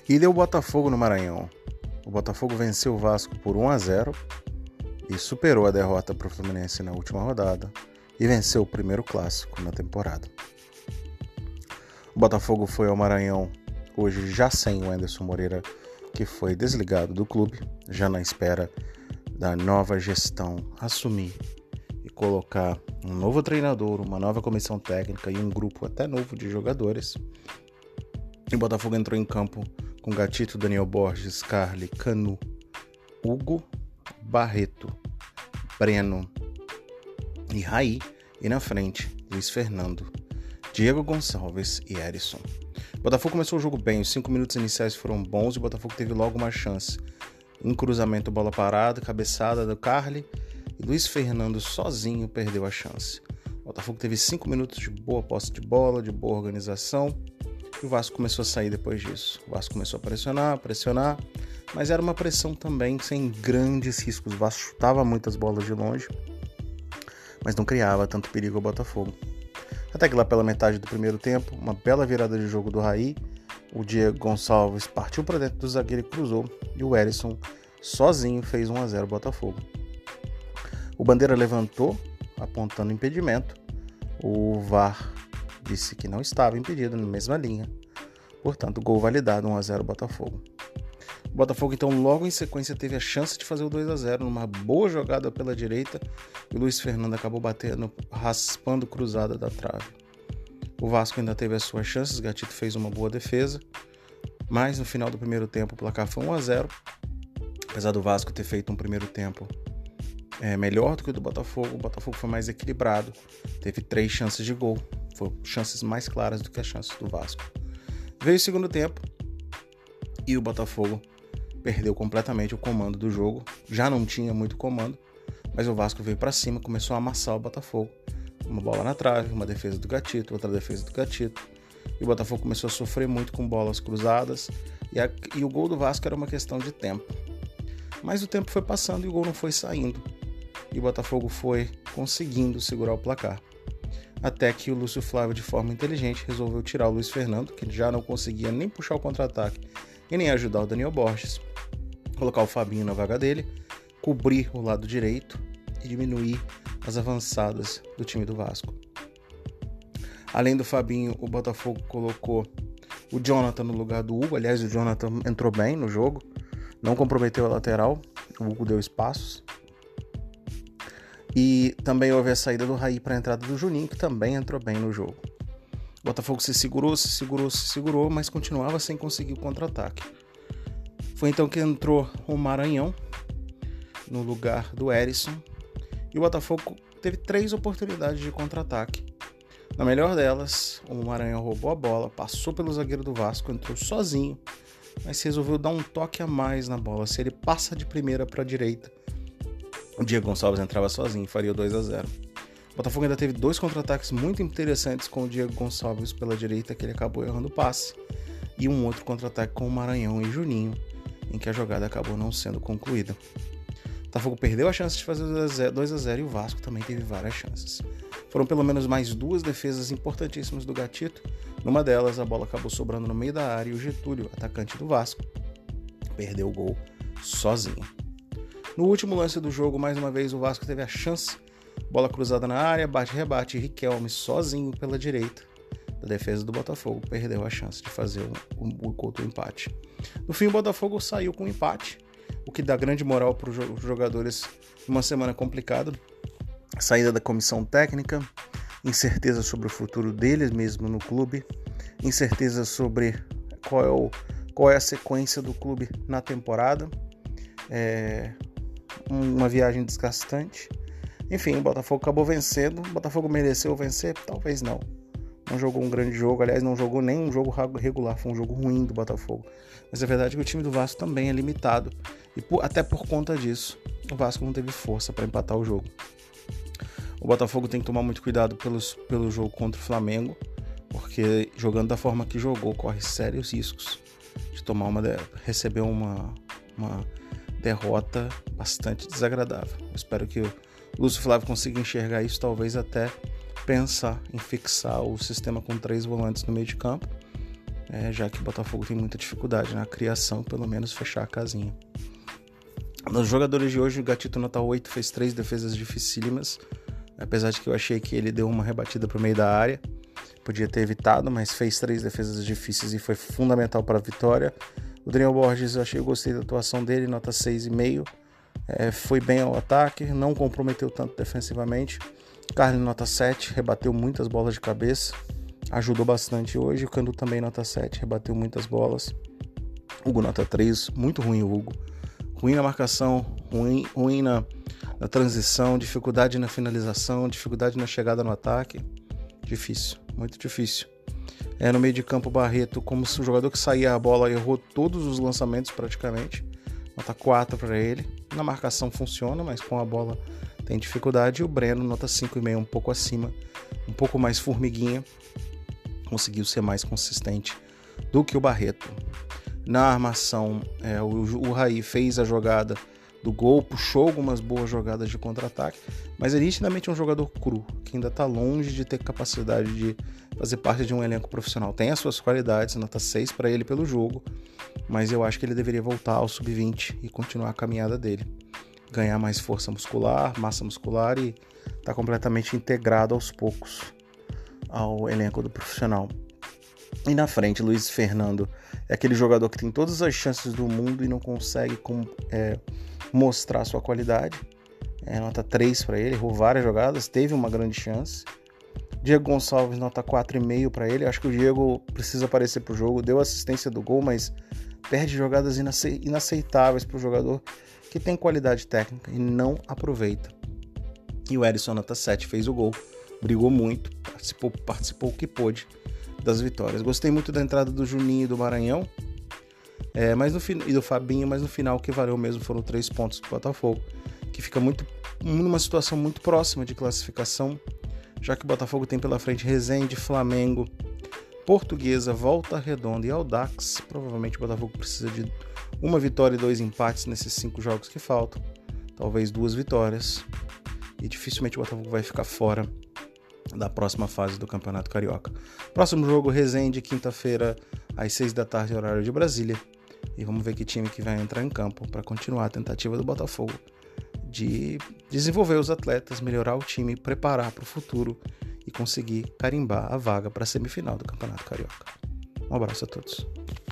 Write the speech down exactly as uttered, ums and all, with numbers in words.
E deu o Botafogo no Maranhão. O Botafogo venceu o Vasco por um a zero e superou a derrota para o Fluminense na última rodada e venceu o primeiro clássico na temporada. O Botafogo foi ao Maranhão hoje já sem o Anderson Moreira, que foi desligado do clube, já na espera da nova gestão assumir e colocar um novo treinador, uma nova comissão técnica e um grupo até novo de jogadores. E o Botafogo entrou em campo com Gatito, Daniel Borges, Carli, Canu, Hugo, Barreto, Breno e Raí, e na frente Luiz Fernando, Diego Gonçalves e Erisson. O Botafogo começou o jogo bem, os cinco minutos iniciais foram bons e o Botafogo teve logo uma chance. Em cruzamento, bola parada, cabeçada do Carli e Luiz Fernando sozinho perdeu a chance. O Botafogo teve cinco minutos de boa posse de bola, de boa organização e o Vasco começou a sair depois disso. O Vasco começou a pressionar, pressionar, mas era uma pressão também sem grandes riscos. O Vasco chutava muitas bolas de longe, mas não criava tanto perigo ao Botafogo. Até que lá pela metade do primeiro tempo, uma bela virada de jogo do Raí, o Diego Gonçalves partiu para dentro do zagueiro e cruzou, e o Erisson sozinho fez um a zero Botafogo. O Bandeira levantou, apontando impedimento. O V A R disse que não estava impedido na mesma linha. Portanto, gol validado, um a zero Botafogo. O Botafogo, então, logo em sequência, teve a chance de fazer o dois a zero numa boa jogada pela direita e o Luiz Fernando acabou batendo, raspando cruzada da trave. O Vasco ainda teve as suas chances, Gatito fez uma boa defesa, mas no final do primeiro tempo o placar foi um a zero. Apesar do Vasco ter feito um primeiro tempo é, melhor do que o do Botafogo, o Botafogo foi mais equilibrado, teve três chances de gol, foram chances mais claras do que as chances do Vasco. Veio o segundo tempo e o Botafogo perdeu completamente o comando do jogo, já não tinha muito comando, mas o Vasco veio para cima, começou a amassar o Botafogo. Uma bola na trave, uma defesa do Gatito, outra defesa do Gatito, e o Botafogo começou a sofrer muito com bolas cruzadas, e, a, e o gol do Vasco era uma questão de tempo. Mas o tempo foi passando e o gol não foi saindo, e o Botafogo foi conseguindo segurar o placar. Até que o Lúcio Flávio, de forma inteligente, resolveu tirar o Luiz Fernando, que já não conseguia nem puxar o contra-ataque e nem ajudar o Daniel Borges, colocar o Fabinho na vaga dele, cobrir o lado direito e diminuir as avançadas do time do Vasco. Além do Fabinho, o Botafogo colocou o Jonathan no lugar do Hugo. Aliás, o Jonathan entrou bem no jogo, não comprometeu a lateral, o Hugo deu espaços. E também houve a saída do Raí para a entrada do Juninho, que também entrou bem no jogo. O Botafogo se segurou, se segurou, se segurou, mas continuava sem conseguir o contra-ataque. Foi então que entrou o Maranhão no lugar do Erisson, e o Botafogo teve três oportunidades de contra-ataque. Na melhor delas, o Maranhão roubou a bola, passou pelo zagueiro do Vasco, entrou sozinho, mas resolveu dar um toque a mais na bola. Se ele passa de primeira para a direita, o Diego Gonçalves entrava sozinho e faria o dois a zero. O Botafogo ainda teve dois contra-ataques muito interessantes com o Diego Gonçalves pela direita, que ele acabou errando o passe, e um outro contra-ataque com o Maranhão e Juninho, em que a jogada acabou não sendo concluída. O Botafogo perdeu a chance de fazer dois a zero e o Vasco também teve várias chances. Foram pelo menos mais duas defesas importantíssimas do Gatito. Numa delas, a bola acabou sobrando no meio da área e o Getúlio, atacante do Vasco, perdeu o gol sozinho. No último lance do jogo, mais uma vez, o Vasco teve a chance. Bola cruzada na área, bate-rebate, Riquelme sozinho pela direita da defesa do Botafogo perdeu a chance de fazer o, o, o outro empate. No fim, o Botafogo saiu com um empate, o que dá grande moral para os jogadores numa semana complicada. Saída da comissão técnica, incerteza sobre o futuro deles mesmo no clube, incerteza sobre qual é, o, qual é a sequência do clube na temporada, é, uma viagem desgastante. Enfim, o Botafogo acabou vencendo. O Botafogo mereceu vencer? Talvez não. Não jogou um grande jogo, aliás, não jogou nem um jogo regular, foi um jogo ruim do Botafogo. Mas a verdade é que o time do Vasco também é limitado, e por, até por conta disso, o Vasco não teve força para empatar o jogo. O Botafogo tem que tomar muito cuidado pelos, pelo jogo contra o Flamengo, porque jogando da forma que jogou, corre sérios riscos de tomar uma, receber uma, uma derrota bastante desagradável. Eu espero que o Lúcio Flávio consiga enxergar isso, talvez até pensar em fixar o sistema com três volantes no meio de campo é, já que o Botafogo tem muita dificuldade na criação, pelo menos fechar a casinha. Nos jogadores de hoje, o Gatito nota oito, fez três defesas dificílimas, apesar de que eu achei que ele deu uma rebatida para o meio da área, podia ter evitado, mas fez três defesas difíceis e foi fundamental para a vitória. O Daniel Borges, eu achei, eu gostei da atuação dele, nota seis vírgula cinco, é, foi bem ao ataque, não comprometeu tanto defensivamente. Carlos, nota sete, rebateu muitas bolas de cabeça, ajudou bastante hoje. O Candu também nota sete, rebateu muitas bolas. Hugo nota três, muito ruim o Hugo, ruim na marcação, ruim, ruim na, na transição, dificuldade na finalização, dificuldade na chegada no ataque, difícil, muito difícil. É, no meio de campo, o Barreto, como se o jogador que saía a bola, errou todos os lançamentos praticamente, nota quatro para ele. Na marcação funciona, mas com a bola tem dificuldade. E o Breno, nota cinco vírgula cinco, um pouco acima, um pouco mais formiguinha, conseguiu ser mais consistente do que o Barreto. Na armação, é, o, o Raí fez a jogada do gol, puxou algumas boas jogadas de contra-ataque, mas ele nitidamente é um jogador cru, que ainda está longe de ter capacidade de fazer parte de um elenco profissional. Tem as suas qualidades, nota seis para ele pelo jogo, mas eu acho que ele deveria voltar ao sub vinte e continuar a caminhada dele. Ganhar mais força muscular, massa muscular e estar tá completamente integrado aos poucos ao elenco do profissional. E na frente, Luiz Fernando é aquele jogador que tem todas as chances do mundo e não consegue com, é, mostrar sua qualidade. É, nota três para ele, errou várias jogadas, teve uma grande chance. Diego Gonçalves, nota quatro vírgula cinco para ele. Acho que o Diego precisa aparecer para o jogo, deu assistência do gol, mas perde jogadas inace- inaceitáveis para o jogador que tem qualidade técnica e não aproveita. E o Erisson, nota sete, fez o gol, brigou muito, participou, participou o que pôde das vitórias. Gostei muito da entrada do Juninho e do Maranhão, é, mas no, e do Fabinho, mas no final o que valeu mesmo foram três pontos do Botafogo, que fica muito, numa situação muito próxima de classificação, já que o Botafogo tem pela frente Resende, Flamengo, Portuguesa, Volta Redonda e Audax. Provavelmente o Botafogo precisa de uma vitória e dois empates nesses cinco jogos que faltam, talvez duas vitórias, e dificilmente o Botafogo vai ficar fora da próxima fase do Campeonato Carioca. Próximo jogo, Resende, quinta-feira, às seis da tarde, horário de Brasília. E vamos ver que time que vai entrar em campo para continuar a tentativa do Botafogo de desenvolver os atletas, melhorar o time, preparar para o futuro e conseguir carimbar a vaga para a semifinal do Campeonato Carioca. Um abraço a todos.